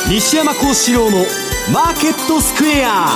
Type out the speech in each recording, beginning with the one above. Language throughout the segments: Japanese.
西山幸四郎のマーケットスクエア。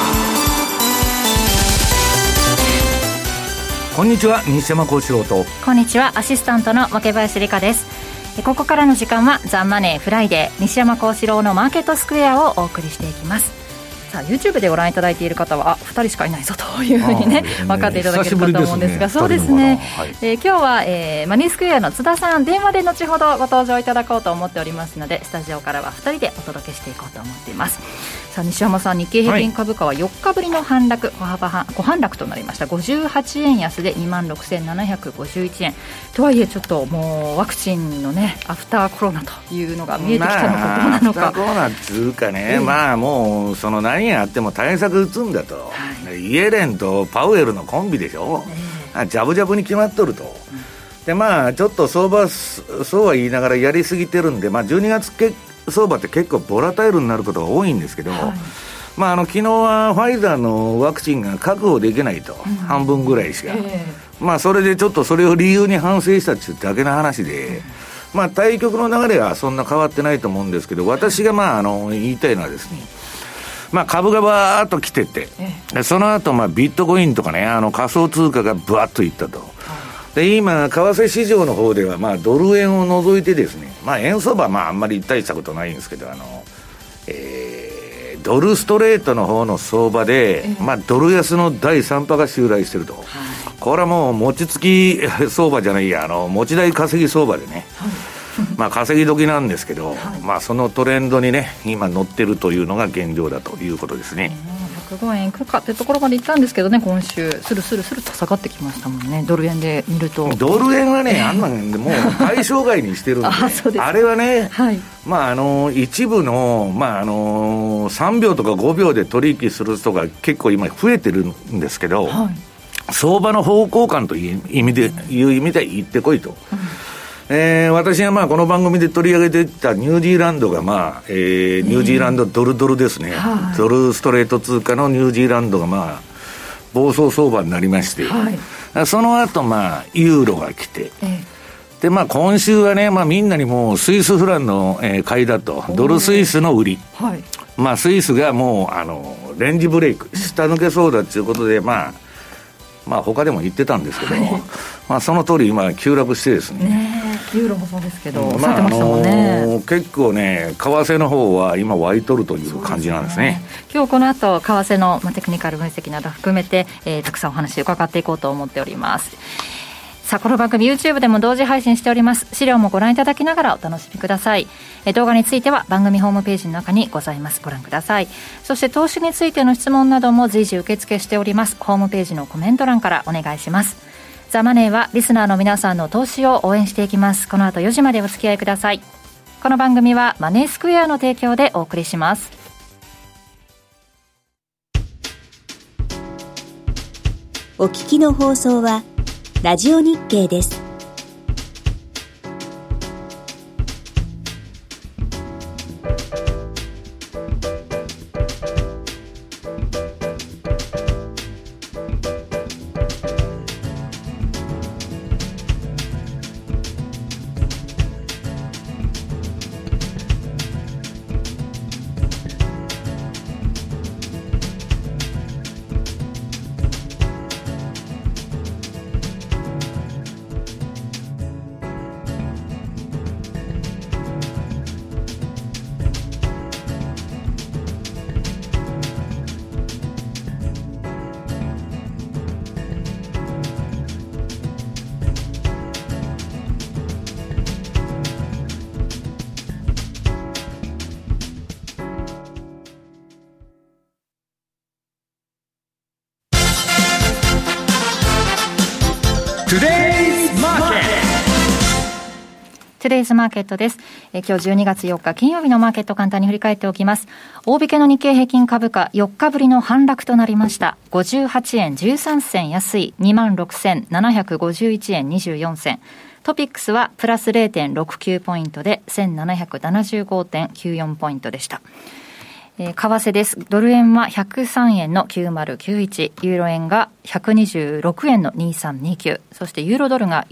こんにちは、西山幸四郎と。 こんにちは、アシスタントの若林理香です。ここからの時間はザ・マネーフライデー、西山幸四郎のマーケットスクエアをお送りしていきます。さあ YouTube でご覧いただいている方は2人しかいないぞというふうにね分かっていただけるかと思うんですが、そうですね、今日は、マネースクエアの津田さん、電話で後ほどご登場いただこうと思っておりますので、スタジオからは2人でお届けしていこうと思っています。さあ西山さん、日経平均株価は4日ぶりの反落、小反落となりました。58円安で 26,751 円とはいえ、ちょっともうワクチンのねアフターコロナというのが見えてきたのかどうなのか。 アフターコロナっていうかね、まあもうその何があっても対策打つんだと、イエレンとパウエルのコンビでしょ、ジャブジャブに決まっとると、でまあちょっとそうは言いながらやりすぎてるんで、まあ12月相場って結構ボラタイルになることが多いんですけど、まあ昨日はファイザーのワクチンが確保できないと、半分ぐらいしか、まあそれでちょっとそれを理由に反省したっていうだけの話で、まあ対局の流れはそんな変わってないと思うんですけど、私がまあ言いたいのはですね、まあ株がバーっと来てて、でその後まあビットコインとかね、仮想通貨がブワッといったと。で今為替市場の方ではまあドル円を除いてですね、まあ円相場はまああんまり大したことないんですけど、ドルストレートの方の相場で、まあドル安の第3波が襲来してると、これはもう餅つき相場じゃないや、持ち台稼ぎ相場でね、まあ稼ぎ時なんですけど、まあそのトレンドにね今乗ってるというのが現状だということですね。 105円いくかってところまで行ったんですけどね、今週スルスルと下がってきましたもんね。ドル円で見ると、 ドル円はね、あんなんでもう対象外にしてるんであれはね、まあ一部の、まあ3秒とか5秒で取引する人が結構今増えてるんですけど、相場の方向感という意味で言ってこいと、私がまあこの番組で取り上げてきたニュージーランドがまあ、ニュージーランドドルですね、ドルストレート通貨のニュージーランドがまあ暴走相場になりまして、その後まあユーロが来て、でまあ今週はね、まあみんなにもうスイスフランの、買いだと、ドルスイスの売り、まあスイスがもうレンジブレイク下抜けそうだということで、まあ他でも言ってたんですけど、まあその通り今急落してですね、 ユーロもそうですけど、下げてましたもんね。 結構ね、為替の方は今湧いとるという感じなんですね。 今日この後為替の、テクニカル分析など含めて、たくさんお話を伺っていこうと思っております。さあこの番組 YouTube でも同時配信しております。資料もご覧いただきながらお楽しみください。動画については番組ホームページの中にございます。ご覧ください。そして投資についての質問なども随時受付しております。ホームページのコメント欄からお願いします。ザ・マネーはリスナーの皆さんの投資を応援していきます。この後4時までお付き合いください。この番組はマネースクエアの提供でお送りします。 お聞きの放送はラジオ日経です。 トゥデイズマーケットです。今日12月4日金曜日のマーケット、簡単に振り返っておきます。大引けの日経平均株価4日ぶりの反落となりました。58円13銭安い 26,751 円24銭。トピックスはプラス 0.69 ポイントで 1775.94 ポイントでした。 為替です。ドル円は103円の9091、ユーロ円が126円の2329、そしてユーロドルが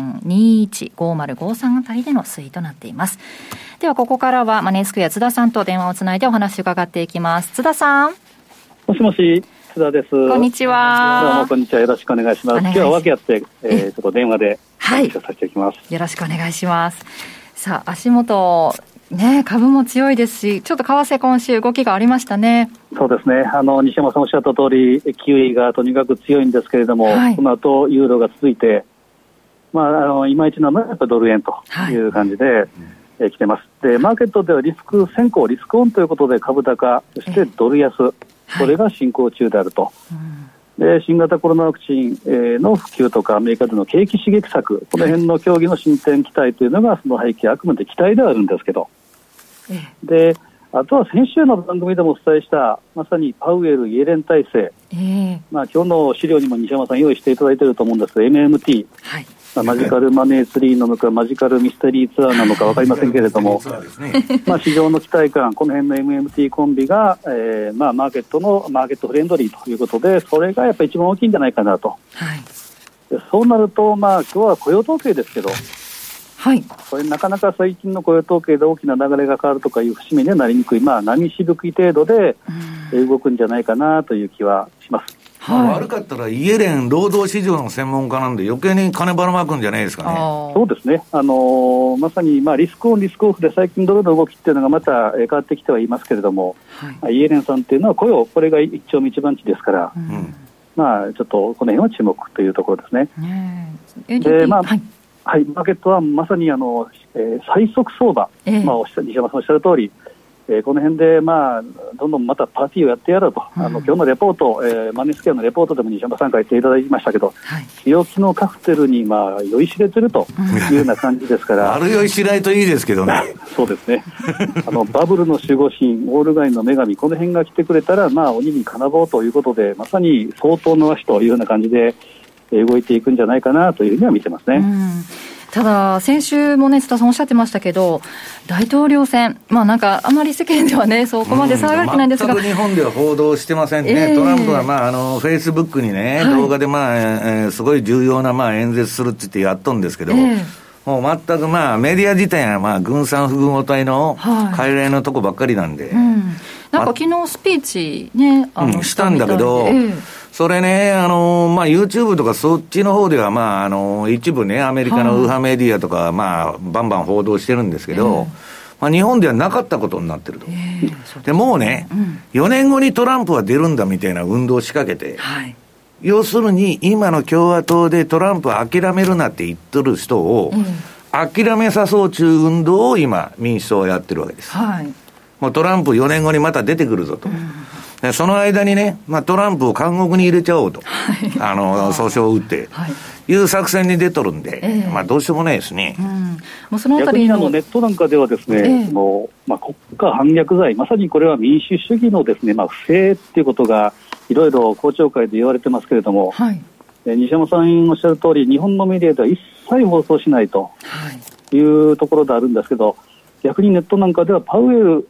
1.215053 あたりでの推移となっています。ではここからはマネースクエア津田さんと電話をつないでお話を伺っていきます。津田さん。 もしもし、津田です。 こんにちは。 どうもこんにちは。よろしくお願いします。今日は訳あって、ちょっと電話で話をさせていきます。 よろしくお願いします。さあ、足元ね、株も強いですし、ちょっと為替今週動きがありましたね。 そうですね。西山さんおっしゃった通り、キウイがとにかく強いんですけれども、その後ユーロが続いて、いまいちなのはやっぱドル円という感じで、来てます。で、マーケットではリスク先行、リスクオンということで株高、そしてドル安、これが進行中であると。で、新型コロナワクチンの普及とかアメリカでの景気刺激策、この辺の協議の進展期待というのがその背景、あくまで期待ではあるんですけど、で、あとは先週の番組でもお伝えしたまさにパウエル・イエレン体制、今日の資料にも西山さん用意していただいていると思うんですが MMT、マジカルマネーツリーなのかマジカルミステリーツアーなのか分かりませんけれども、市場の期待感、この辺の MMT コンビが、マーケットフレンドリーということで、それがやっぱり一番大きいんじゃないかなと、でそうなると、今日は雇用統計ですけど、これなかなか最近の雇用統計で大きな流れが変わるとかいう節目にはなりにくい、波しぶき程度で動くんじゃないかなという気はします。 悪かったらイエレン労働市場の専門家なんで余計に金ばらまくんじゃないですかね。 そうですね。まさにリスクオンリスクオフで最近ドルの動きっていうのがまた変わってきてはいますけれども、イエレンさんっていうのは雇用、これが一丁一番地ですから、ちょっとこの辺は注目というところですね。で、マーケットはまさに最速相場、西山さんおっしゃる通り、この辺で、どんどんまたパーティーをやってやろうと、今日のレポート、マネースケアのレポートでも西山さんから言っていただきましたけど、強気のカクテルに酔いしれてるというような感じですから悪酔いしないといいですけどねそうですねバブルの守護神、ウォール街の女神、この辺が来てくれたら、鬼にかなぼうということで、まさに相当の足というような感じで動いていくんじゃないかなというふうには見てますね。 ただ先週もね津田さんおっしゃってましたけど、大統領選、なんかあまり世間ではねそこまで騒がれてないんですが、 全く日本では報道してませんね。トランプはフェイスブックにね、動画ですごい重要な演説するって言ってやっとんですけど、もう全くメディア自体は軍産複合体の傀儡のとこばっかりなんで、 なんか昨日スピーチねしたんだけど、それね、YouTube とかそっちの方では、一部ね、アメリカの右派メディアとか、バンバン報道してるんですけど、日本ではなかったことになってると。で、もうね、4年後にトランプは出るんだみたいな運動を仕掛けて、要するに今の共和党でトランプは諦めるなって言ってる人を、諦めさそうちゅう運動を今、民主党はやってるわけです。もうトランプ4年後にまた出てくるぞと。でその間にね、トランプを監獄に入れちゃおうと、訴訟を打って、いう作戦に出とるんで、どうしようもないですね。 もうそのあたりのネットなんかではですね、国家反逆罪、まさにこれは民主主義のですね、不正っていうことがいろいろ公聴会で言われてますけれども、西山さんおっしゃる通り、日本のメディアでは一切放送しないというところであるんですけど、逆にネットなんかではパウエル、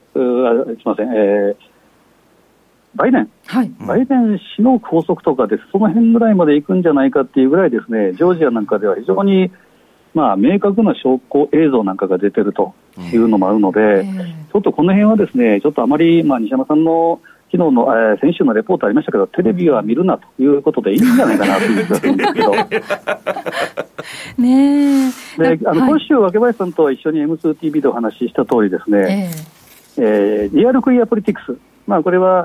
バイデン氏の拘束とかです、その辺ぐらいまで行くんじゃないかっていうぐらいですね、ジョージアなんかでは非常に明確な証拠映像なんかが出てるというのもあるので、ちょっとこの辺はですね、ちょっとあまり西山さんの昨日の、先週のレポートありましたけど、テレビは見るなということでいいんじゃないかなという気がするんですけど今週若林さんとは一緒に M2TV でお話しした通りですね、リアルクイアポリティクス、これは、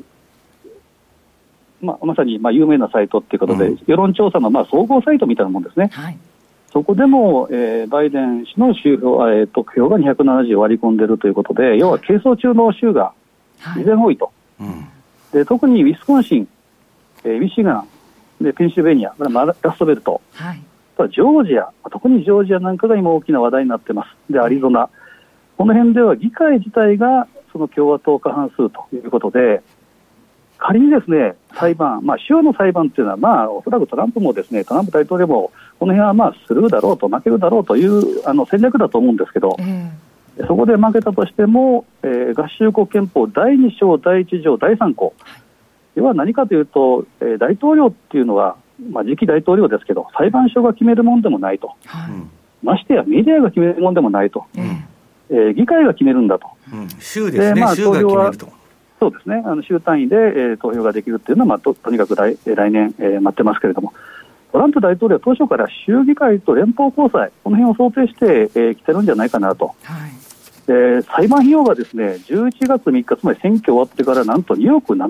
まさに有名なサイトということで、世論調査の総合サイトみたいなもんですね。そこでも、バイデン氏の得票が270割り込んでいるということで、要は係争中の州が依然多いと。で特にウィスコンシン、ミシガンでペンシルベニア、ラストベルト、ジョージア、特にジョージアなんかが今大きな話題になってます。でアリゾナ、この辺では議会自体がその共和党過半数ということで、仮にですね裁判、主要の裁判というのは、おそらくトランプもですね、トランプ大統領もこの辺はスルーだろうと、負けるだろうという戦略だと思うんですけど、 そこで負けたとしても、合衆国憲法第2章第1条第3項では何かというと、大統領っていうのは、次期大統領ですけど裁判所が決めるもんでもないと、ましてやメディアが決めるもんでもないと、議会が決めるんだと、 州ですね、州が決めると。 そうですね、州単位で、投票ができるっていうのは、とにかく来年、待ってますけれども、トランプ大統領は当初から州議会と連邦高裁、この辺を想定して、来てるんじゃないかなと、裁判費用がですね、11月3日、つまり選挙終わってからなんと2億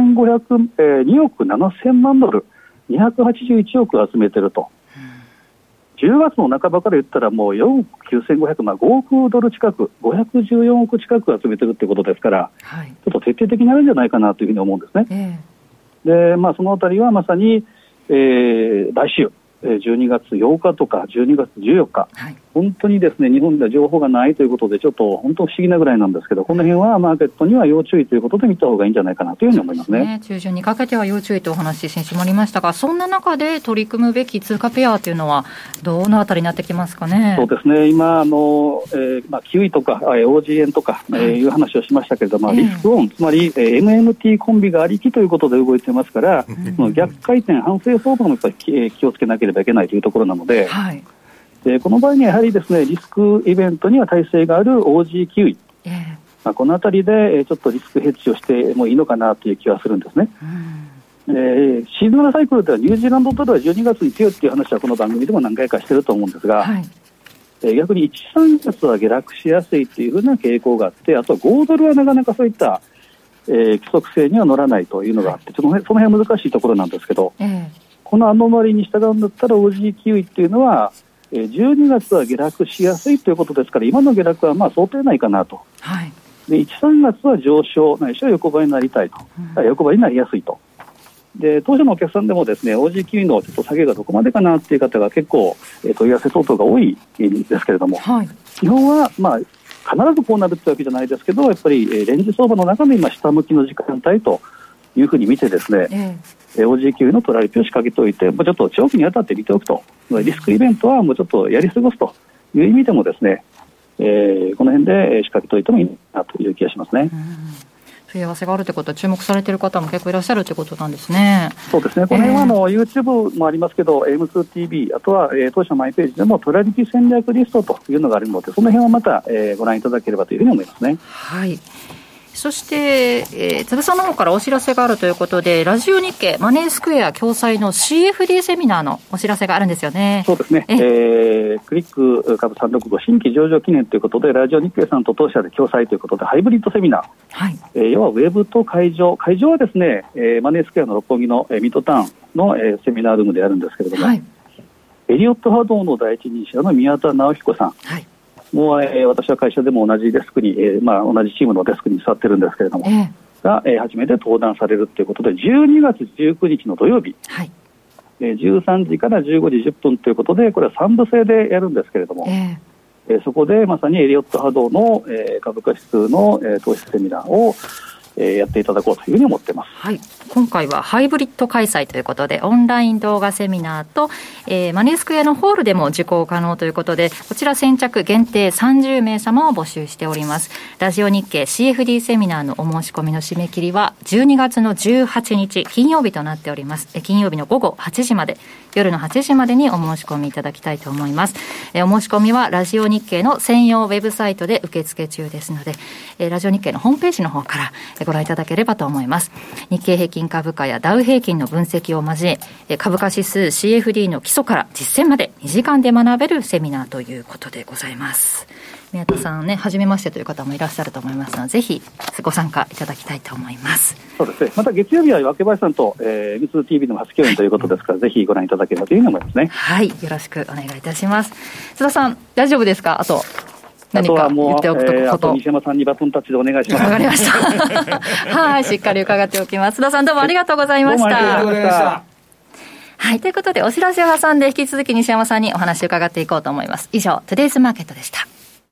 7000万ドル、281億集めてると。10月の半ばから言ったらもう4億9500万、5億ドル近く、514億近く集めてるってことですから、ちょっと徹底的になるんじゃないかなというふうに思うんですね。で、そのあたりはまさに、来週、12月8日とか12月14日、本当にですね、日本では情報がないということで、ちょっと本当不思議なぐらいなんですけど、この辺はマーケットには要注意ということで見た方がいいんじゃないかなというふうに思いますね。 中旬にかけては要注意とお話先週もありましたが、そんな中で取り組むべき通貨ペアというのはどのあたりになってきますかね。 そうですね、今キウイとか OG 円とか、いう話をしましたけれども、リスクオン、つまり、MMT コンビがありきということで動いてますから、その逆回転反省相場もやっぱり気をつけなければいけないというところなので、この場合にはやはりですね、リスクイベントには耐性がある OG キウイ、このあたりでちょっとリスクヘッジをしてもいいのかなという気はするんですね。シーズナルサイクルではニュージーランドドルは12月に強いという話はこの番組でも何回かしてると思うんですが、逆に1、3月は下落しやすいというふうな傾向があって、あとは5ドルはなかなかそういった、規則性には乗らないというのがあって、その辺は難しいところなんですけど、このアノマリに従うんだったら OG キウイっていうのは、12月は下落しやすいということですから、今の下落は想定内かなと、で1、3月は上昇ないしは横ばいになりたいと、横ばいになりやすいと。で当初のお客さんでもですね、 OG キウイのちょっと下げがどこまでかなっていう方が結構、問い合わせ等々が多いんですけれども、基本は必ずこうなるってわけじゃないですけど、やっぱりレンジ相場の中で今下向きの時間帯というふうに見てですね、OG キウイのトラリピを仕掛けておいて、もうちょっと長期にわたって見ておくと、リスクイベントはもうちょっとやり過ごすという意味でもですね、この辺で仕掛けておいてもいいなという気がしますね。 問い合わせがあるということは注目されている方も結構いらっしゃるということなんですね。 そうですね、この辺はYouTube もありますけど、AM2TV、あとは、当社マイページでもトラリピ戦略リストというのがあるので、その辺はまた、ご覧いただければというふうに思いますね。 そして、津田さんの方からお知らせがあるということで、ラジオ日経マネースクエア共催の CFD セミナーのお知らせがあるんですよね。 そうですね、クリック株365新規上場記念ということで、ラジオ日経さんと当社で共催ということでハイブリッドセミナー、要はウェブと会場はですね、マネースクエアの六本木のミッドタウンの、セミナールームであるんですけれども、エリオット波動の第一人者の宮田直彦さん、もう、私は会社でも同じデスクに、同じチームのデスクに座ってるんですけれども、が、初めて登壇されるということで、12月19日の土曜日、13時から15時10分ということで、これは3部制でやるんですけれども、そこでまさにエリオット波動の、株価指数の、投資セミナーを、やっていただこうというふうに思っています。 今回はハイブリッド開催ということで、オンライン動画セミナーと、マネースクエアのホールでも受講可能ということで、こちら先着限定30名様を募集しております。ラジオ日経 CFD セミナーのお申し込みの締め切りは12月の18日金曜日となっております。金曜日の午後8時まで、夜の8時までにお申し込みいただきたいと思います。お申し込みはラジオ日経の専用ウェブサイトで受付中ですので、ラジオ日経のホームページの方からご覧いただければと思います。日経平均株価やダウ平均の分析を交え、株価指数 CFD の基礎から実践まで2時間で学べるセミナーということでございます。宮田さんね、初めましてという方もいらっしゃると思いますので、ぜひご参加いただきたいと思います。 そうですね、また月曜日は若林さんと、M2TV の初共演ということですから、ぜひご覧いただければというふうに思いますね。 よろしくお願いいたします。津田さん大丈夫ですか？あと何か言っておくこと。 あと西山さんにバトンタッチでお願いします。 わかりましたしっかり伺っておきます。津田さんどうもありがとうございました。 どうもありがとうございました。 ということでお知らせを挟んで引き続き西山さんにお話を伺っていこうと思います。以上トゥデイズマーケットでした。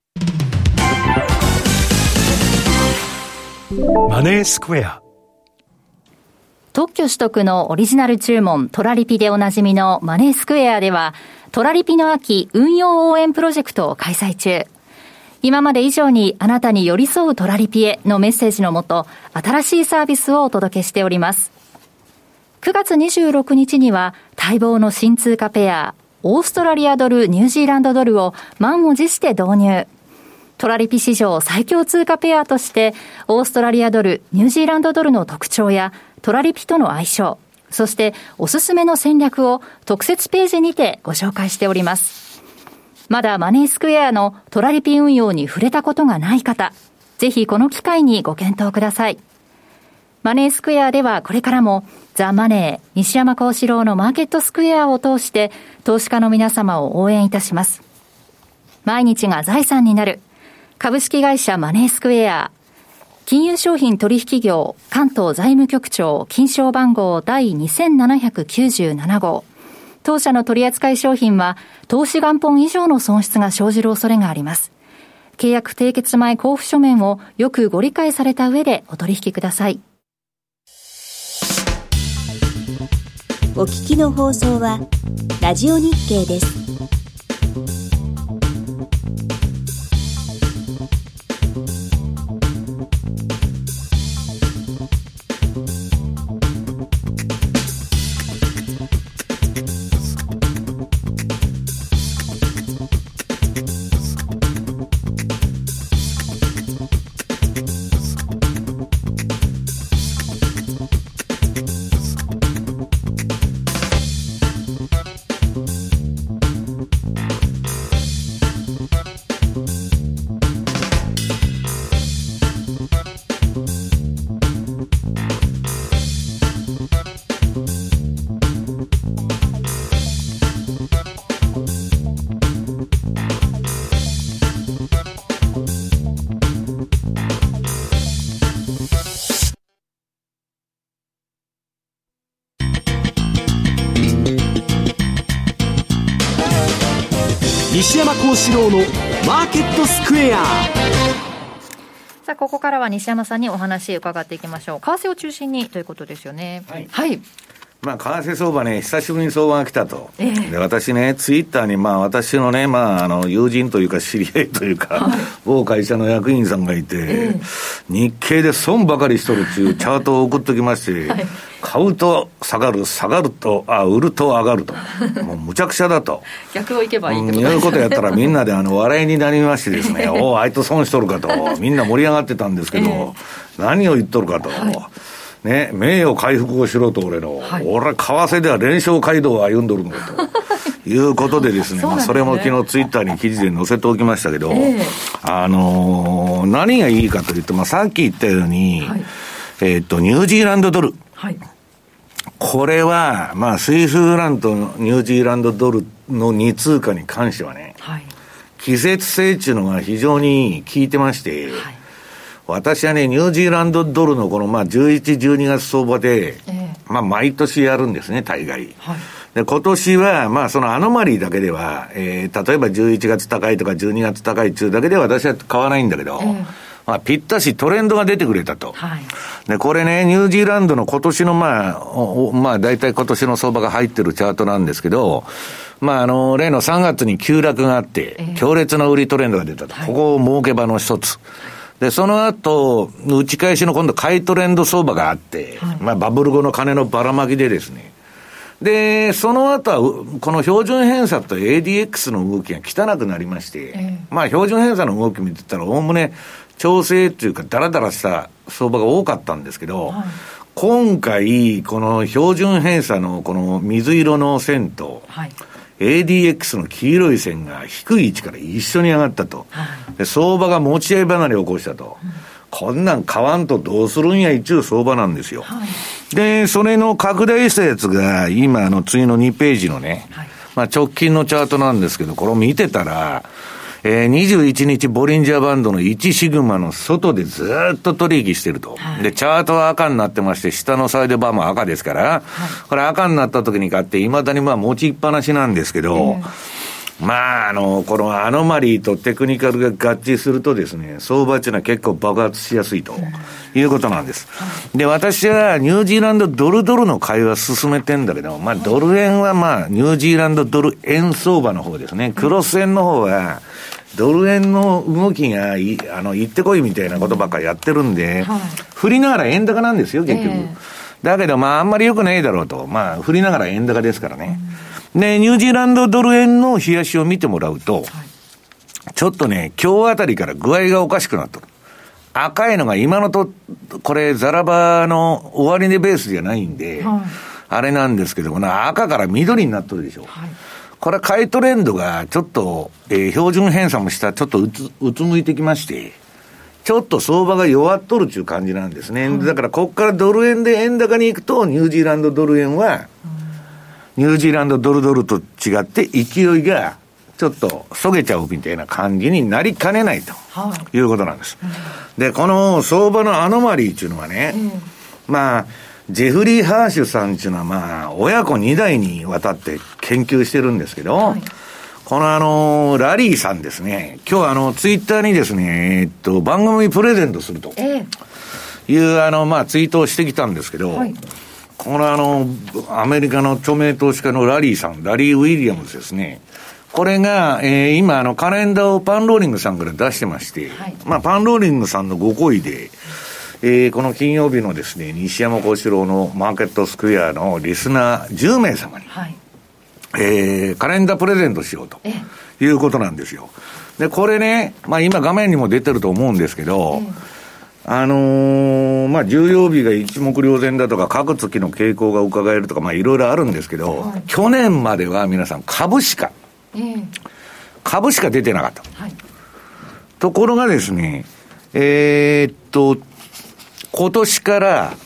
マネースクエア。 特許取得のオリジナル注文トラリピでおなじみのマネースクエアでは、トラリピの秋運用応援プロジェクトを開催中。 今まで以上にあなたに寄り添うトラリピへのメッセージのもと、新しいサービスをお届けしております。9月26日には待望の新通貨ペア、オーストラリアドル、ニュージーランドドルを満を持して導入。トラリピ史上最強通貨ペアとして、オーストラリアドル、ニュージーランドドルの特徴やトラリピとの相性、そしておすすめの戦略を特設ページにてご紹介しております。まだマネースクエアのトラリピ運用に触れたことがない方、ぜひこの機会にご検討ください。マネースクエアではこれからもザ・マネー西山幸四郎のマーケットスクエアを通して投資家の皆様を応援いたします。毎日が財産になる株式会社マネースクエア、金融商品取引業関東財務局長金賞番号第2797号。当社の取扱商品は投資元本以上の損失が生じる恐れがあります。契約締結前交付書面をよくご理解された上でお取引ください。 お聞きの放送はラジオ日経です。 西山幸四郎のマーケットスクエア。 さあここからは西山さんにお話伺っていきましょう。為替を中心にということですよね。はい、はい。 まあ、為替相場ね、久しぶりに相場が来たと。で、私ね、ツイッターに、まあ、私のね、まあ、友人というか、知り合いというか、某会社の役員さんがいて、日経で損ばかりしとるっていうチャートを送ってきまして、買うと下がる、下がると、売ると上がると。もうむちゃくちゃだと。 逆をいけばいいってこということやったらみんなで笑いになりましてですね、おあいつ損しとるかと。みんな盛り上がってたんですけど、何を言っとるかと。ね、名誉回復をしろと俺の、俺は為替では連勝街道を歩んどるんだということでですね、まあそれも昨日ツイッターに記事で載せておきましたけど、何がいいかというと、まあさっき言ったように、ニュージーランドドル。これは、まあスイスフランとニュージーランドドルの2通貨に関してはね、季節性っていうのが非常に効いてまして、私はね、ニュージーランドドルのこの、まあ、11、12月相場で、まあ、毎年やるんですね、大概。で、今年は、まあ、そのアノマリーだけでは、例えば11月高いとか12月高いっていうだけでは私は買わないんだけど、まあ、ぴったしトレンドが出てくれたと。で、これね、ニュージーランドの今年の、まあ、大体今年の相場が入ってるチャートなんですけど、まあ、例の3月に急落があって、強烈な売りトレンドが出たと。ここを儲け場の一つ。で、その後、打ち返しの今度買いトレンド相場があって、まあバブル後の金のばらまきでですね。で、その後は、この標準偏差と ADX の動きが汚くなりまして、まあ標準偏差の動き見てたら、おおむね調整というかダラダラした相場が多かったんですけど、今回、この標準偏差のこの水色の線と、ADX の黄色い線が低い位置から一緒に上がったと。で、相場が持ち合い離れを起こしたと。こんなん買わんとどうするんや一応相場なんですよ。で、それの拡大したやつが今次の2ページのね、まあ直近のチャートなんですけど、これを見てたら、21日ボリンジャーバンドの1シグマの外でずっと取引してると。で、チャートは赤になってまして、下のサイドバーも赤ですから、これ赤になった時に買って、未だにまあ持ちっぱなしなんですけど、まあ、このアノマリーとテクニカルが合致するとですね、相場っていうのは結構爆発しやすいということなんです。で、私はニュージーランドドルの買いは進めてんだけど、まあドル円はまあニュージーランドドル円相場の方ですね。クロス円の方はドル円の動きが行ってこいみたいなことばっかりやってるんで、振りながら円高なんですよ、結局。だけど、あんまり良くないだろうと。振りながら円高ですからね。で、ニュージーランドドル円の冷やしを見てもらうと、ちょっとね、今日あたりから具合がおかしくなってる。赤いのが今のと、これ、ザラバの終値ベースじゃないんで、あれなんですけど、この赤から緑になってるでしょ。これは買いトレンドがちょっと、標準偏差もしたちょっとうつむいてきまして、ちょっと相場が弱っとるっていう感じなんですね。だからここからドル円で円高に行くと、ニュージーランドドル円は、ニュージーランドドルドルと違って勢いがちょっとそげちゃうみたいな感じになりかねないということなんです。で、この相場のアノマリーっていうのはね、ジェフリー・ハーシュさんっていうのは親子2代にわたって研究してるんですけど、このラリーさんですね、今日ツイッターにですね、番組プレゼントするという、ツイートをしてきたんですけど、このアメリカの著名投資家のラリーさん、ラリー・ウィリアムズですね、これが、今カレンダーをパンローリングさんから出してまして、パンローリングさんのご厚意で、この金曜日のですね、西山幸四郎のマーケットスクエアのリスナー10名様に、カレンダープレゼントしようということなんですよ。で、これね、今画面にも出てると思うんですけど、重要日が一目瞭然だとか、各月の傾向が伺えるとか、いろいろあるんですけど、去年までは皆さん株しか出てなかった。ところがですね、今年から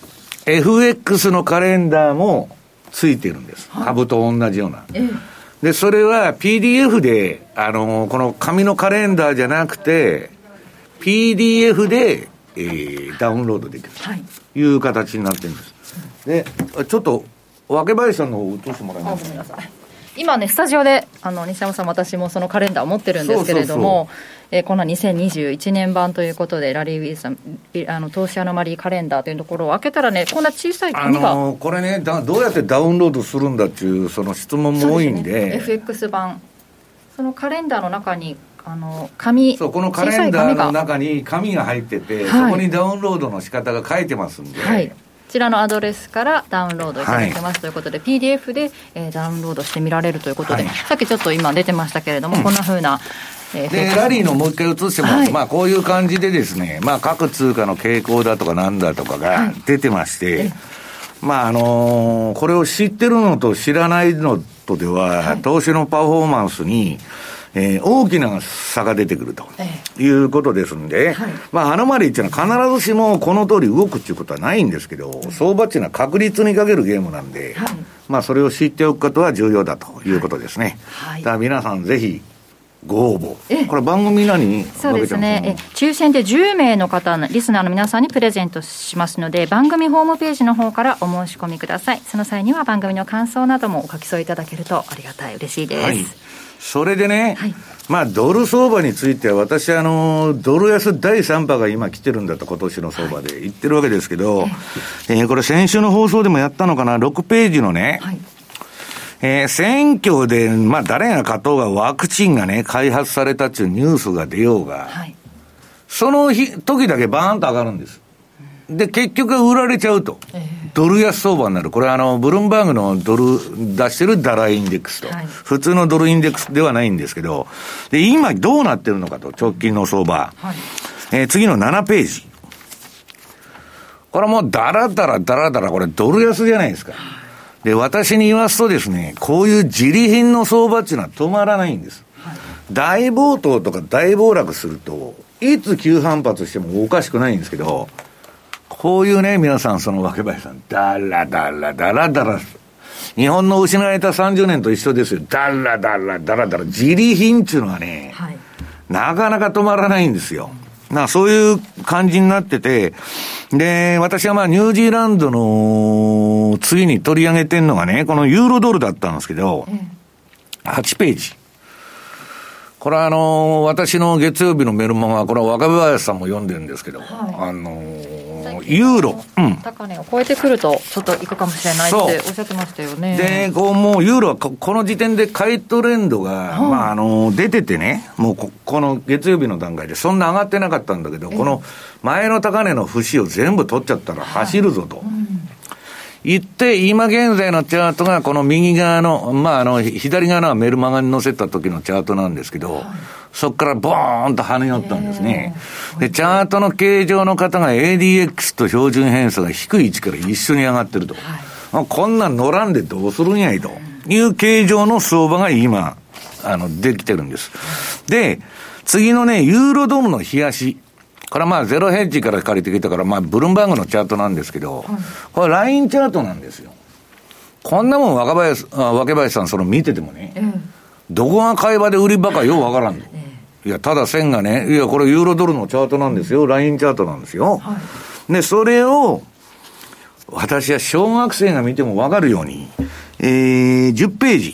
FX のカレンダーもついてるんです。株と同じような。で、それは PDF で、この紙のカレンダーじゃなくて、PDF で、ダウンロードできるという形になってるんです。で、ちょっと、若林さんの方を映してもらいます。 今ね、スタジオで西山さん、私もそのカレンダーを持ってるんですけれども、この2021年版ということで、ラリー・ウィルさん投資アノマリーカレンダーというところを開けたらね、こんな小さい紙が、 これね、どうやってダウンロードするんだっていうその質問も多いんで、 FX 版、そのカレンダーの中に紙、 そう、このカレンダーの中に紙が入ってて、そこにダウンロードの仕方が書いてますんで、 こちらのアドレスからダウンロードいただけますということで、PDF で、ダウンロードしてみられるということで、さっきちょっと今出てましたけれども、こんな風な、 でラリーのもう一回映してもらうと、こういう感じでですね、各通貨の傾向だとかなんだとかが出てまして、これを知ってるのと知らないのとでは、投資のパフォーマンスに大きな差が出てくるということですんで、アノマリーっていうのは必ずしもこの通り動くっていうことはないんですけど、相場っていうのは確率にかけるゲームなんで、それを知っておくことは重要だということですね。だから皆さんぜひご応募。これ番組にそうですね、抽選で10名の方、リスナーの皆さんにプレゼントしますので、番組ホームページの方からお申し込みください。その際には番組の感想などもお書き添えいただけるとありがたい、嬉しいです。 それでね、ドル相場については私ドル安第3波が今来てるんだと今年の相場で言ってるわけですけど、これ先週の放送でもやったのかな、6ページのね、選挙で、誰が勝とうがワクチンがね、開発されたっていうニュースが出ようが、その時だけバーンと上がるんです。で、結局売られちゃうと。ドル安相場になる。これはブルームバーグのドル出してるダラインデックスと。普通のドルインデックスではないんですけど、で、今どうなってるのかと、直近の相場。次の7ページ。これはもうダラダラ、これドル安じゃないですか。で、私に言わすとですね、こういう自利品の相場っていうのは止まらないんです。大暴騰とか大暴落すると、いつ急反発してもおかしくないんですけど、こういうね、皆さん、若林さん、ダラダラ。日本の失われた30年と一緒ですよ。ダラダラ。自利品っていうのはね、なかなか止まらないんですよ。そういう感じになってて、で、私はニュージーランドの次に取り上げてんのがね、このユーロドルだったんですけど、8ページ。これは私の月曜日のメルマガ、これは若林さんも読んでるんですけど、 ユーロ、 高値を超えてくるとちょっといくかもしれないっておっしゃってましたよね。 でもうユーロはこの時点で買いトレンドが、出ててね、もうこの月曜日の段階でそんな上がってなかったんだけど、この前の高値の節を全部取っちゃったら走るぞと、言って、今現在のチャートがこの右側の、左側のはメルマガに載せた時のチャートなんですけど、そこからボーンと跳ね寄ったんですね。で、チャートの形状の方が ADX と標準偏差が低い位置から一緒に上がってると。こんなん乗らんでどうするんやいという形状の相場が今、できてるんです。で、次のね、ユーロドルの冷やし。これはゼロヘッジから借りてきたから、ブルームバーグのチャートなんですけど、これラインチャートなんですよ。こんなもん若林さんその見ててもね、どこが買い場で売り場かようわからんの。いや、ただ線がね、いや、これユーロドルのチャートなんですよ。ラインチャートなんですよ。で、それを、私は小学生が見てもわかるように、10ページ。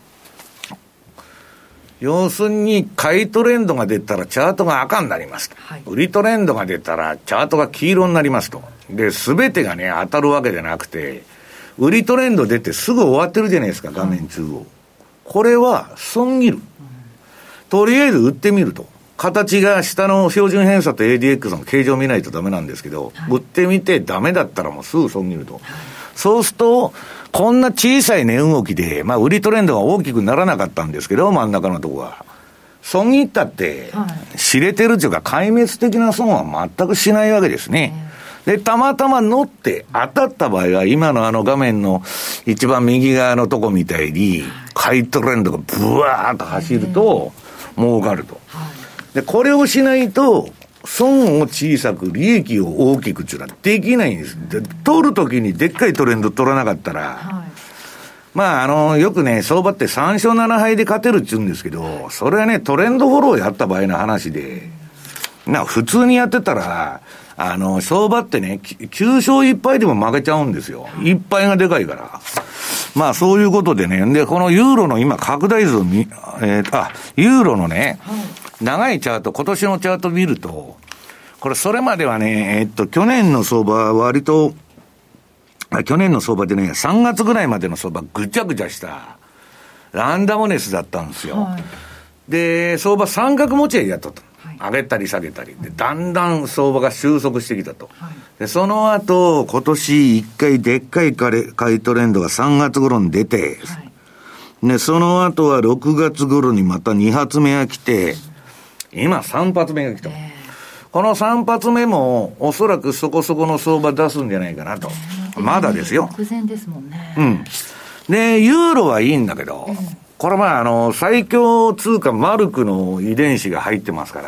要するに、買いトレンドが出たらチャートが赤になりますと。売りトレンドが出たらチャートが黄色になりますと。で、すべてがね、当たるわけじゃなくて、売りトレンド出てすぐ終わってるじゃないですか、画面中央。これは損切る。とりあえず売ってみると。形が下の標準偏差と ADX の形状を見ないとダメなんですけど、売ってみてダメだったらもうすぐ損切ると。そうすると、こんな小さい値動きで、売りトレンドが大きくならなかったんですけど、真ん中のとこは。損切ったって、知れてるというか、壊滅的な損は全くしないわけですね。で、たまたま乗って当たった場合は、今の画面の一番右側のとこみたいに、買いトレンドがブワーッと走ると、儲かると。で、これをしないと、損を小さく利益を大きくっていうのはできないんです。で、取るときにでっかいトレンド取らなかったら、よくね、相場って3勝7敗で勝てるって言うんですけど、それはね、トレンドフォローやった場合の話で、普通にやってたら、相場ってね、9勝1敗でも負けちゃうんですよ。1敗がでかいから。そういうことでね、で、このユーロの今拡大図をユーロのね、長いチャート、今年のチャート見ると、これそれまではね、去年の相場は割と、去年の相場でね、3月ぐらいまでの相場ぐちゃぐちゃしたランダムネスだったんですよ。で、相場三角持ち合いやっとった。上げたり下げたりで、だんだん相場が収束してきたと。で、その後、今年一回でっかい買いトレンドが3月頃に出て、で、その後は6月頃にまた2発目が来て、今3発目が来た。この3発目もおそらくそこそこの相場出すんじゃないかなと。まだですよ。 直前ですもんね。 で、ユーロはいいんだけど、これ最強通貨マルクの遺伝子が入ってますから、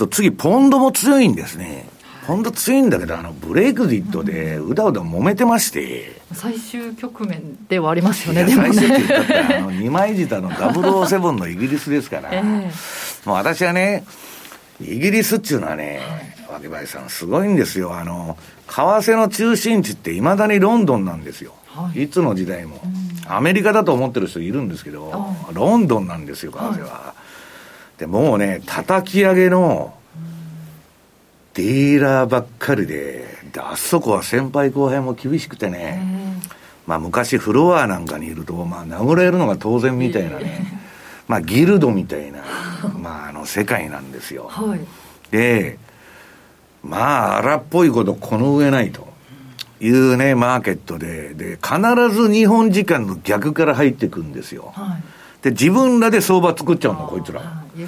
次ポンドも強いんですね。ポンド強いんだけど、ブレイクジットでうだうだ揉めてまして。 最終局面ではありますよね、 でもね。最終局だって二枚舌の007のイギリスですから、もう私はね、イギリスっていうのはね、脇林さんすごいんですよ。為替の中心地って未だにロンドンなんですよ。いつの時代も。アメリカだと思ってる人いるんですけど、ロンドンなんですよ、為替は。で、もうね、叩き上げのディーラーばっかりで、あそこは先輩後輩も厳しくてね、昔フロアなんかにいると、殴られるのが当然みたいなね、ギルドみたいな、世界なんですよ。で、荒っぽいことこの上ないというね、マーケットで、必ず日本時間の逆から入ってくんですよ。で、自分らで相場作っちゃうの、こいつら。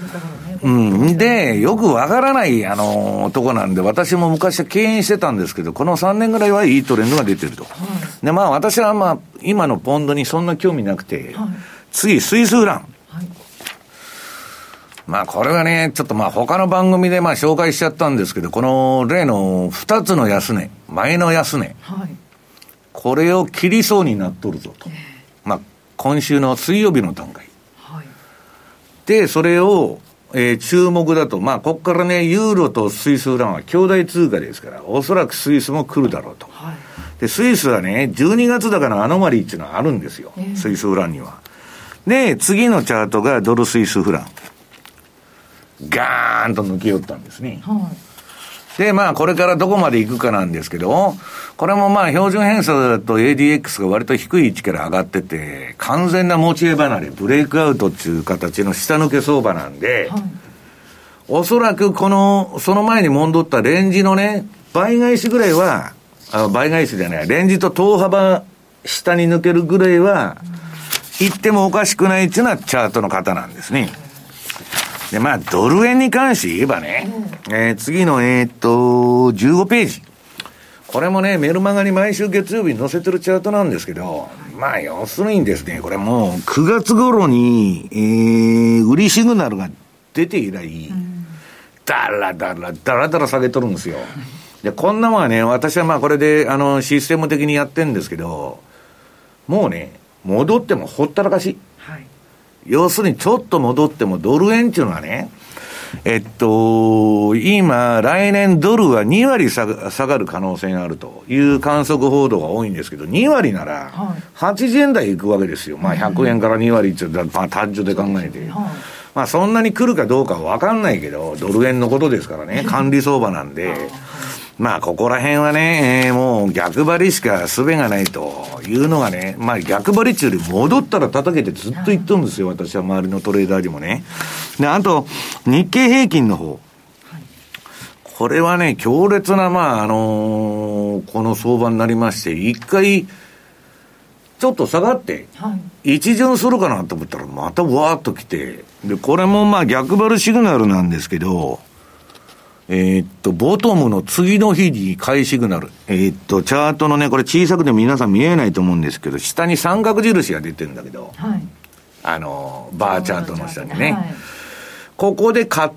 で、よくわからない、とこなんで、私も昔は敬遠してたんですけど、この3年ぐらいはいいトレンドが出てると。で、私は今のポンドにそんな興味なくて、次、スイスフラン。これはね、ちょっと他の番組で紹介しちゃったんですけど、この例の2つの安値、前の安値、これを切りそうになっとるぞと。今週の水曜日の段階。で、それを、注目だと、ここからね、ユーロとスイスフランは兄弟通貨ですから、おそらくスイスも来るだろうと。で、スイスはね、12月高のアノマリーっていうのはあるんですよ。スイスフランには。で、次のチャートがドルスイスフラン。ガーンと抜け寄ったんですね。 で、まあ、これからどこまで行くかなんですけど、これもまあ、標準偏差だと ADX が割と低い位置から上がってて、完全な持ち家離れ、ブレイクアウトっていう形の下抜け相場なんで、はい、おそらくその前に戻ったレンジのね、倍返しぐらいは、倍返しじゃない、レンジと等幅下に抜けるぐらいは、言ってもおかしくないっていうのはチャートの方なんですね。で、まあ、ドル円に関して言えばね、次の15ページ。これもね、メルマガに毎週月曜日に載せてるチャートなんですけど、まあ、要するにですね、これもう9月頃に、売りシグナルが出て以来、だらだら下げとるんですよ。で、こんなもんはね、私はまあこれで、システム的にやってるんですけど、もうね、戻ってもほったらかし。はい、要するにちょっと戻ってもドル円っていうのはね、今、来年ドルは2割下がる可能性があるという観測報道が多いんですけど、2割なら80円台いくわけですよ。まあ100円から2割って言ったら、単純で考えて。まあそんなに来るかどうかは分かんないけど、ドル円のことですからね、管理相場なんで、まあここら辺はね、もう逆張りしか術がないというのがね、まあ逆張り中で戻ったら叩けてずっと言っとるんですよ、私は周りのトレーダーにもね。で、あと、日経平均の方。これはね、強烈な、まあこの相場になりまして、一回、ちょっと下がって、一巡するかなと思ったら、またわーっと来て、で、これもまあ逆張りシグナルなんですけど、ボトムの次の日に買いシグナル。チャートのね、これ小さくて皆さん見えないと思うんですけど、下に三角印が出てるんだけど、はい、バーチャートの下にね。はい、ここで買って、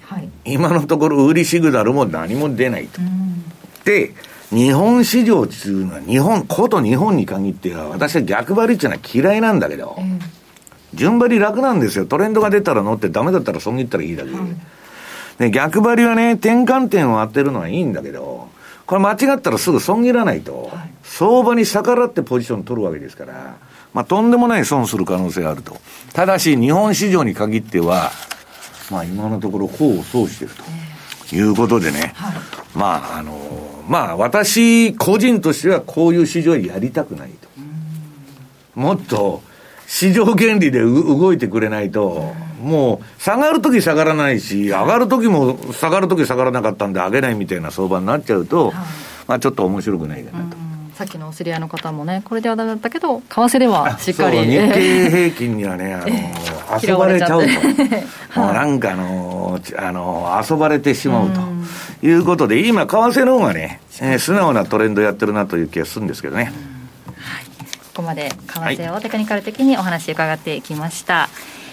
はい、今のところ売りシグナルも何も出ないと。で、日本市場っていうのはこと日本に限っては、私は逆張りっていうのは嫌いなんだけど、順張り楽なんですよ。トレンドが出たら乗ってダメだったら損切ったらいいだけで。で、逆張りはね、転換点を当てるのはいいんだけど、これ間違ったらすぐ損切らないと、はい、相場に逆らってポジション取るわけですから、まあ、とんでもない損する可能性があると。ただし、日本市場に限っては、まあ、今のところ、功を奏しているということでね、はい、まあ、私、個人としてはこういう市場やりたくないと。もっと、市場原理で動いてくれないと、もう下がるとき下がらないし、上がるときも下がるとき下がらなかったんで上げないみたいな相場になっちゃうと、まあちょっと面白くないかなと。 さっきのお知り合いの方もね、これではダメだったけど、為替ではしっかり。 日経平均にはね、遊ばれちゃうと。もうなんか遊ばれてしまうということで、今、為替の方がね、素直なトレンドやってるなという気がするんですけどね。 ここまで為替をテクニカル的にお話伺っていきました。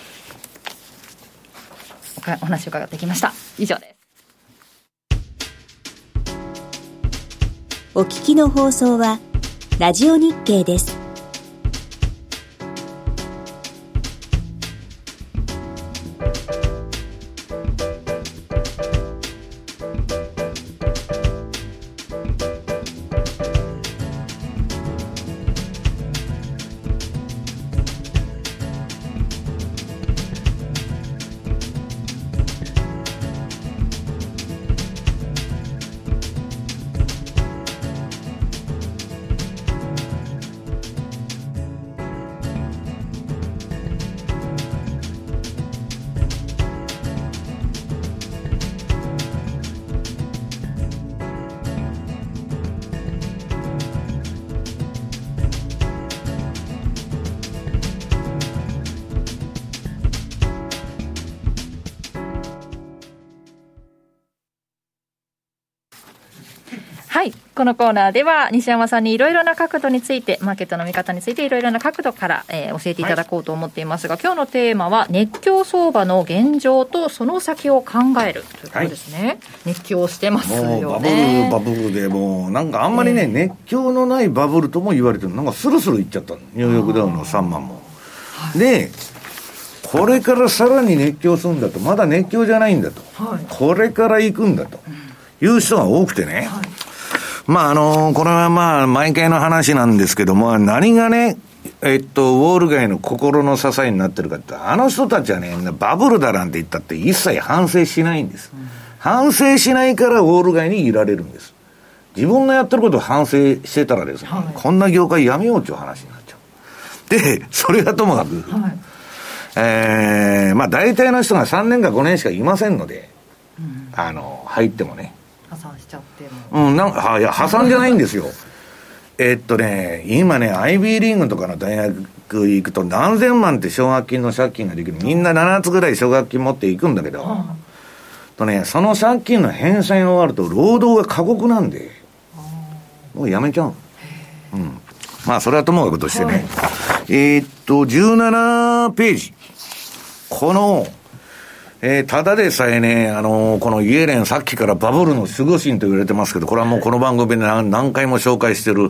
お話伺ってきました。以上です。 お聞きの放送はラジオ日経です。 はい、このコーナーでは西山さんにいろいろな角度について、マーケットの見方についていろいろな角度から、教えていただこうと思っていますが、今日のテーマは熱狂相場の現状とその先を考えるということですね。熱狂してますよね。 もうバブルでもうなんかあんまりね、熱狂のないバブルとも言われてる。なんかスルスルいっちゃったの、ニューヨークダウの3万も、でこれからさらに熱狂するんだと、まだ熱狂じゃないんだと、これから行くんだという人が多くてね、まあこれはまあ毎回の話なんですけども、何がねウォール街の心の支えになってるかって、あの人たちはね、バブルだなんて言ったって一切反省しないんです。 反省しないからウォール街にいられるんです。自分のやってることを反省してたらですね、こんな業界やめようっていう話になっちゃう。で、それはともかく、まあ大体の人が3年か5年しかいませんので、入ってもね。 破産しちゃっても。 いや、破産じゃないんですよ。今ね、IB リーグとかの大学行くと何千万って奨学金の借金ができる。みんな7つぐらい奨学金持っていくんだけど、その借金の返済が終わると労働が過酷なんで、もうやめちゃう。まあ、それはともかくとしてね。17ページ。この、ただでさえね、このイエレン、さっきからバブルの守護神と言われてますけど、これはもうこの番組で何回も紹介してる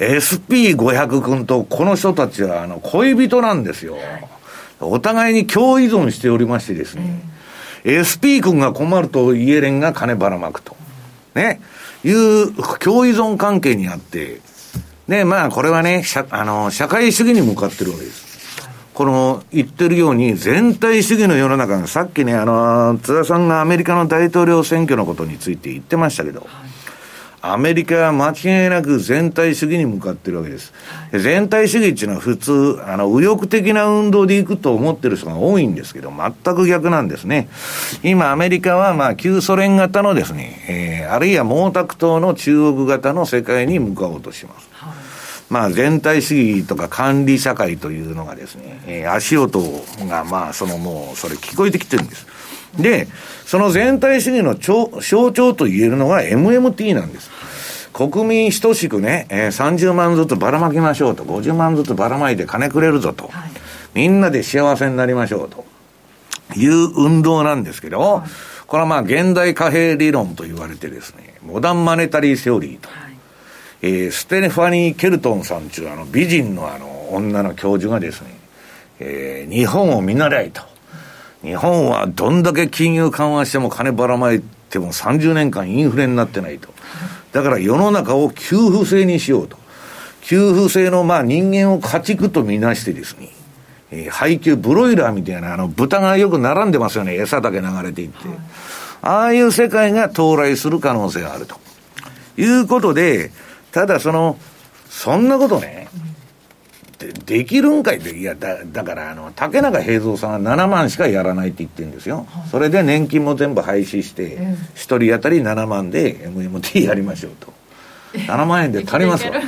SP500 君とこの人たちは恋人なんですよ。お互いに共依存しておりましてですね、SP 君が困るとイエレンが金ばらまくと。ね。いう共依存関係にあって、で、まあこれはね、社会主義に向かってるわけです。この言ってるように全体主義の世の中が、さっきね、津田さんがアメリカの大統領選挙のことについて言ってましたけど、アメリカは間違いなく全体主義に向かってるわけです。全体主義っていうのは普通、右翼的な運動で行くと思ってる人が多いんですけど、全く逆なんですね。今アメリカはまあ旧ソ連型のですね、あるいは毛沢東の中国型の世界に向かおうとします。まあ全体主義とか管理社会というのがですね、足音がまあもうそれ聞こえてきてるんです。で、その全体主義の象徴と言えるのが MMT なんです。国民等しくね、30万ずつばらまきましょうと、50万ずつばらまいて金くれるぞと、みんなで幸せになりましょうという運動なんですけど、これはまあ現代貨幣理論と言われてですね、モダンマネタリーセオリーと、ステファニー・ケルトンさんという美人の女の教授がですね、日本を見習いと。日本はどんだけ金融緩和しても金ばらまいても30年間インフレになってないと。だから世の中を給付制にしようと。給付制のまあ人間を家畜とみなしてですね、配給ブロイラーみたいな豚がよく並んでますよね。餌だけ流れていって。ああいう世界が到来する可能性があると。いうことで、ただそんなことね、できるんかいって、いや、だから竹中平蔵さんは7万しかやらないって言ってるんですよ。それで年金も全部廃止して、一人当たり7万で MMT やりましょうと。7万円で足りますわ。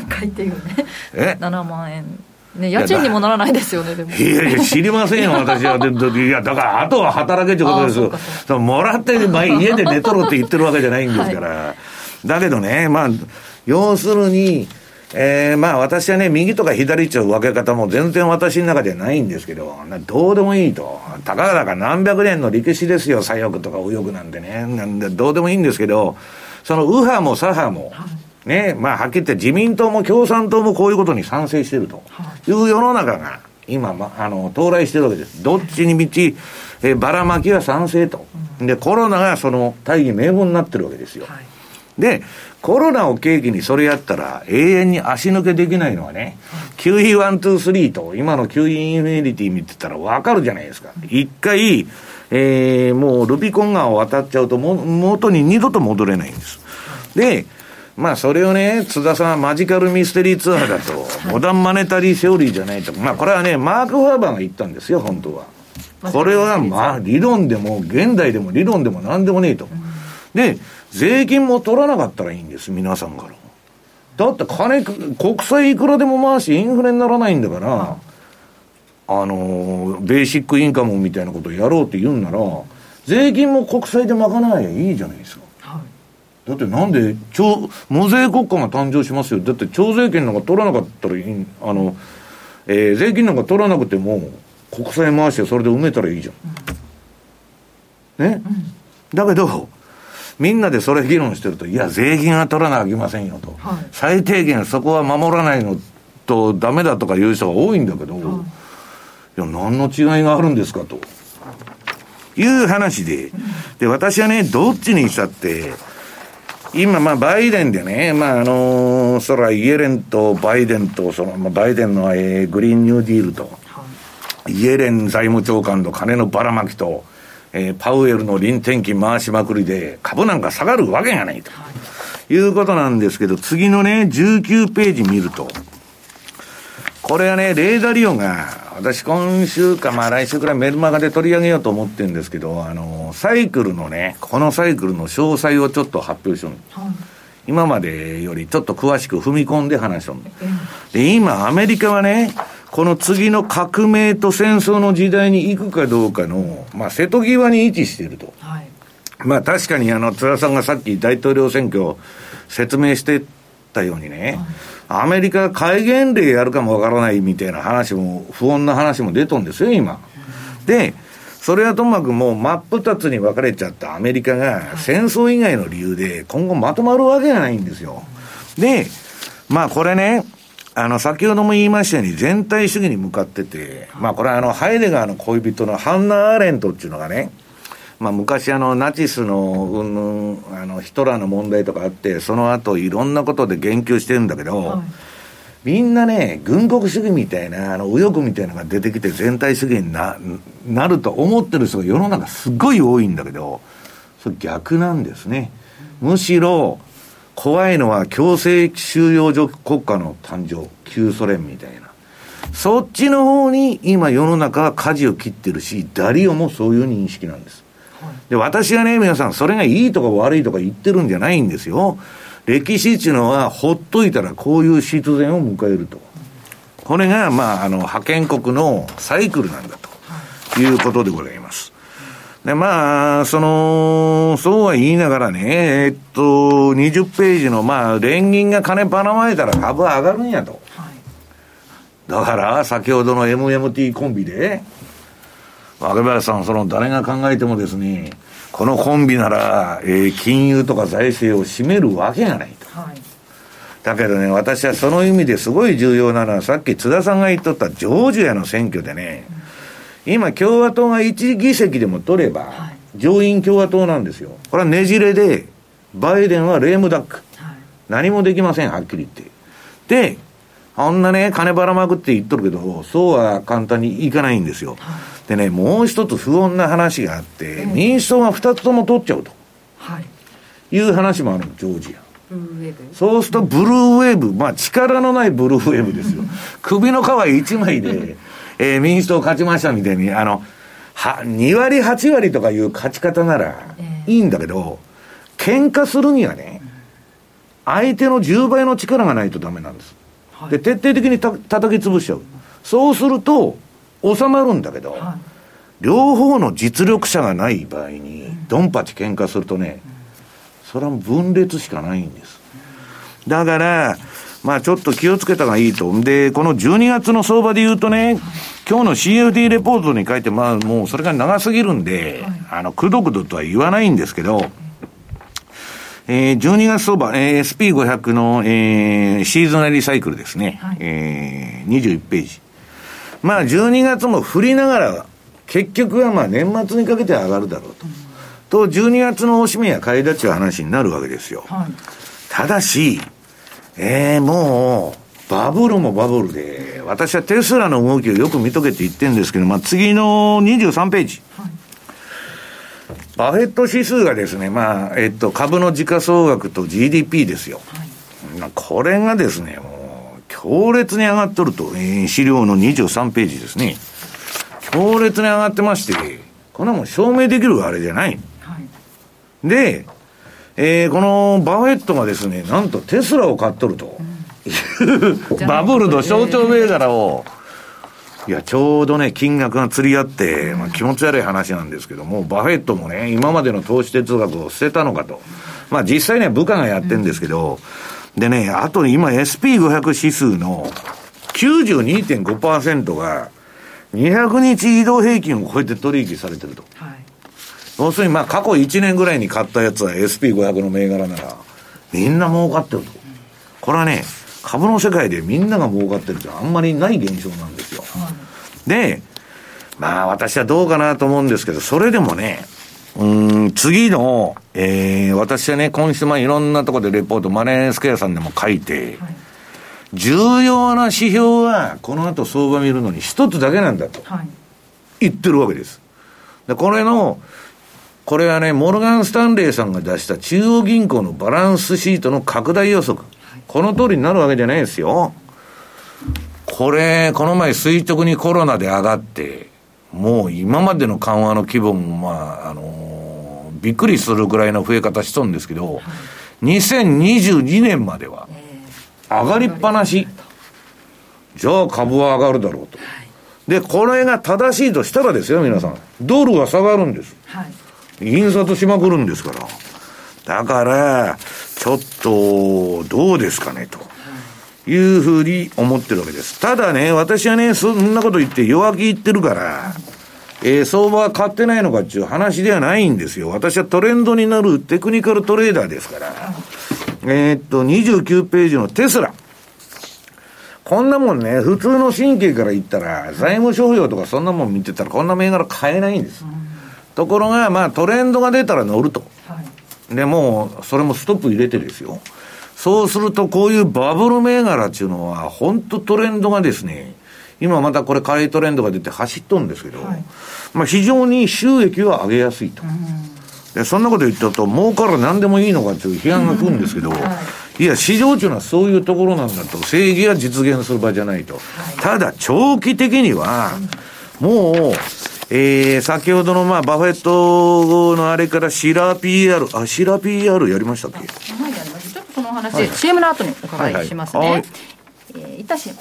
7万円。ね、家賃にもならないですよね、でも。 いや、知りませんよ、私は。いや、だから、あとは働けってことですよ。もらって、家で寝とろって言ってるわけじゃないんですから。だけどね、まあ、要するに、まあ私はね、右とか左っていう分け方も全然私の中ではないんですけど、どうでもいいと。たかだか何百年の歴史ですよ、左翼とか右翼なんてね。なんでどうでもいいんですけど、その右派も左派も、ね、まあはっきり言って自民党も共産党もこういうことに賛成しているという世の中が今、到来してるわけです。どっちにみち、ばらまきは賛成と。で、コロナがその大義名分になってるわけですよ。で、コロナを契機にそれやったら永遠に足抜けできないのはね、QE123 と今の QE インフィニティ見てたらわかるじゃないですか。一回、もうルビコン川を渡っちゃうと元に二度と戻れないんです。で、まあそれをね、津田さんマジカルミステリーツアーだと、モダンマネタリーセオリーじゃないと。まあこれはね、マーク・ファーバーが言ったんですよ、本当は。これはまあ理論でも現代でも理論でも何でもねえと。で、税金も取らなかったらいいんです、皆さんから。だって国債いくらでも回しインフレにならないんだから、ベーシックインカムみたいなことをやろうって言うんなら、税金も国債で賄えばいいじゃないですか。だってなんで無税国家が誕生しますよ。だって徴税権なんか取らなかったらいい、税金なんか取らなくても国債回してそれで埋めたらいいじゃん。ね、だけどみんなでそれ議論してると、いや税金は取らなきゃいけませんよと、最低限そこは守らないのとダメだとかいう人が多いんだけど、いや何の違いがあるんですかという話で、で私はね、どっちにしたって今まあバイデンでね、まあそれはイエレンとバイデンとバイデンの、グリーンニューディールと、イエレン財務長官の金のばらまきと、 パウエルの臨転機回しまくりで株なんか下がるわけがないと、いうことなんですけど、次のね19ページ見ると、これはねレーダーリオが私今週か来週くらいメルマガで取り上げようと思ってるんですけど、サイクルのね、このサイクルの詳細をちょっと発表してる、今までよりちょっと詳しく踏み込んで話してる、で今アメリカはねこの次の革命と戦争の時代に行くかどうかの、瀬戸際に位置していると、確かに津田さんがさっき大統領選挙説明してたようにね、アメリカ戒厳令やるかもわからないみたいな話も、不穏な話も出とんですよ今、でそれはともかくもう真っ二つに分かれちゃったアメリカが戦争以外の理由で今後まとまるわけがないんですよ。でこれね先ほども言いましたように全体主義に向かってて、これはハイデガーの恋人のハンナ・アーレントっていうのがね、昔ナチスのヒトラーの問題とかあって、その後いろんなことで言及してるんだけど、みんなね軍国主義みたいな右翼みたいなのが出てきて全体主義に なると思ってる人が世の中すごい多いんだけど、それ逆なんですね。むしろ怖いのは強制収容所国家の誕生、旧ソ連みたいな、そっちの方に今世の中は舵を切ってるし、ダリオもそういう認識なんです。で私はね皆さんそれがいいとか悪いとか言ってるんじゃないんですよ。歴史っていうのはほっといたらこういう必然を迎えると、これが覇権国のサイクルなんだということでございます。でそうは言いながらね、20ページの連銀が金ばらまいたら株は上がるんやと、だから先ほどの MMT コンビで若林さん、誰が考えてもですね、このコンビなら、金融とか財政を占めるわけがないと、だけどね私はその意味ですごい重要なのは、さっき津田さんが言っとったジョージアの選挙でね、今共和党が1議席でも取れば、上院共和党なんですよ。これはねじれでバイデンはレームダック、何もできません、はっきり言って。であんなね金ばらまくって言っとるけど、そうは簡単にいかないんですよ。でねもう一つ不穏な話があって、民主党が2つとも取っちゃうと、いう話もあるの、ジョージア。ブルーウェーブ、そうするとブルーウェーブ、力のないブルーウェーブですよ首の皮一枚で民主党勝ちましたみたいに2割8割とかいう勝ち方ならいいんだけど、喧嘩するにはね相手の10倍の力がないとダメなんです。で徹底的に叩き潰しちゃう。そうすると収まるんだけど、両方の実力者がない場合にドンパチ喧嘩するとね、それは分裂しかないんです。だからちょっと気をつけた方がいいと。でこの12月の相場で言うとね、今日の CFD レポートに書いてもうそれが長すぎるんで、くどくどとは言わないんですけど、12月相場、SP500 の、シーズナリーサイクルですね、21ページ。12月も振りながら結局は年末にかけて上がるだろうと、12月のおしめや買い立ちは話になるわけですよ。ただしもうバブルもバブルで、私はテスラの動きをよく見とけって言ってるんですけど、次の23ページ、バフェット指数がですね、株の時価総額と GDP ですよ、これがですねもう強烈に上がっとると、資料の23ページですね、強烈に上がってまして、これはもう証明できるあれじゃない、で、このバフェットがですねなんとテスラを買っとるというバブルの象徴銘柄を、ちょうどね金額が釣り合って、気持ち悪い話なんですけども、バフェットもね今までの投資哲学を捨てたのかと。実際には部下がやってるんですけど、でね、あと今 SP500 指数の 92.5% が200日移動平均を超えて取引されてると、要するに過去1年ぐらいに買ったやつは SP500 の銘柄ならみんな儲かってると。これはね株の世界でみんなが儲かってるってあんまりない現象なんですよ。で私はどうかなと思うんですけど、それでもね次の、私はね今週いろんなところでレポートマネースクエアさんでも書いて、重要な指標はこの後相場見るのに一つだけなんだと言ってるわけです。でこれのこれはね、モルガン・スタンレーさんが出した中央銀行のバランスシートの拡大予測。この通りになるわけじゃないですよ。これ、この前垂直にコロナで上がって、もう今までの緩和の規模も、びっくりするぐらいの増え方しとるんですけど、2022年までは上がりっぱなし。じゃあ株は上がるだろうと。で、これが正しいとしたらですよ、皆さん。ドルは下がるんです。印刷しまくるんですから。だから、ちょっと、どうですかね、というふうに思ってるわけです。ただね、私はね、そんなこと言って弱気言ってるから、相場は買ってないのかっていう話ではないんですよ。私はトレンドになるテクニカルトレーダーですから。29ページのテスラ。こんなもんね、普通の神経から言ったら、財務諸表とかそんなもん見てたらこんな銘柄買えないんです。ところが、まあトレンドが出たら乗ると。で、もう、それもストップ入れてですよ。そうすると、こういうバブル銘柄っていうのは、本当トレンドがですね、今またこれ買いトレンドが出て走っとるんですけど、まあ非常に収益は上げやすいと。で、そんなこと言っちゃうと、儲から何でもいいのかっていう批判が来るんですけど、いや、市場っていうのはそういうところなんだと、正義は実現する場じゃないと。ただ、長期的には、もう、先ほどのまあバフェットのあれからシラ PR やりましたっけ？ ちょっとその話、CM の後にお伺いしますね。いたし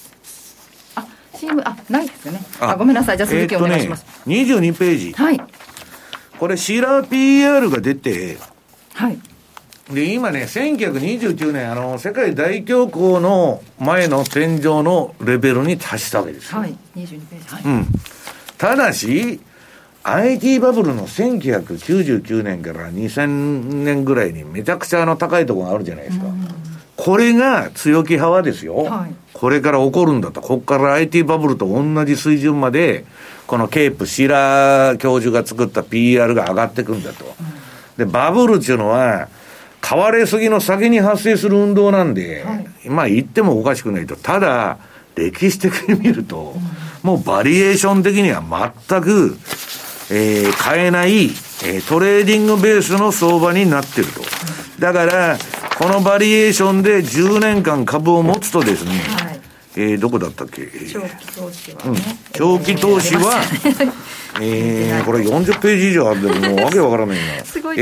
CM ないですよね。ごめんなさい。じゃあ続きお願いします。 22ページ。これシラ PR が出て、で今ね、1929年世界大恐慌の前の天井のレベルに達したわけです。22ページ。ただし、IT バブルの1999年から2000年ぐらいにめちゃくちゃ高いところがあるじゃないですか。これが強気派はですよ、これから起こるんだと。ここから IT バブルと同じ水準まで、このケープ・シラー教授が作った PR が上がってくんだと。で、バブルっていうのは、買われすぎの先に発生する運動なんで、まあ言ってもおかしくないと。ただ、歴史的に見ると、もうバリエーション的には全く、買えない、トレーディングベースの相場になってると。だから、このバリエーションで10年間株を持つとですね、どこだったっけ？長期投資はね。長期投資は、これ40ページ以上あるんだけど、もうわけわからないな。すごい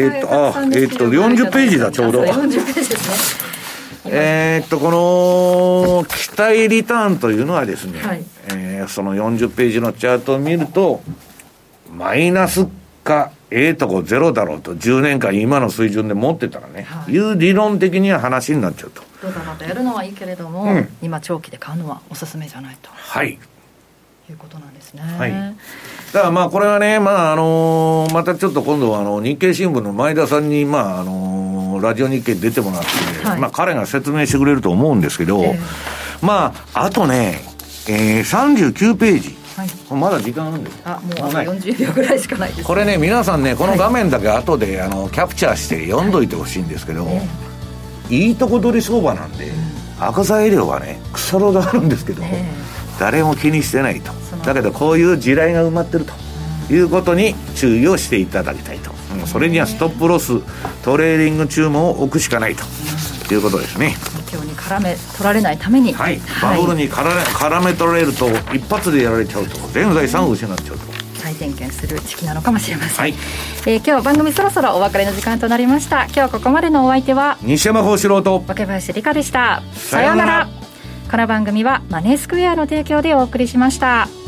40ページだ、ちょうど。40ページですね。この期待リターンというのはですね、その40ページのチャートを見ると、マイナスかとこゼロだろうと、10年間今の水準で持ってたらね、いう理論的には話になっちゃうと。 ドルまたやるのはいいけれども、今長期で買うのはおすすめじゃないと。いうことなんですね。 だからまあこれはね、まあまたちょっと今度は日経新聞の前田さんにまあラジオ日経出てもらって、まあ彼が説明してくれると思うんですけど、まああとね、39ページ。まだ時間あるんです。 もうあと40秒ぐらいしかないです。 これね、皆さんね、この画面だけ後でキャプチャーして読んどいてほしいんですけど、いいとこ取り相場なんで、赤材料はね、腐ろうがあるんですけど、誰も気にしてないと。だけどこういう地雷が埋まってるということに注意をしていただきたいと。それにはストップロストレーディング注文を置くしかないということですね。 今日に絡め取られないために、 バブルに絡め取られると一発でやられちゃうと、全財産を失っちゃうと。 再点検する時期なのかもしれません。今日番組そろそろお別れの時間となりました。今日ここまでのお相手は西山幸四郎と若林理香でした。さようなら。この番組はマネースクエアの提供でお送りしました。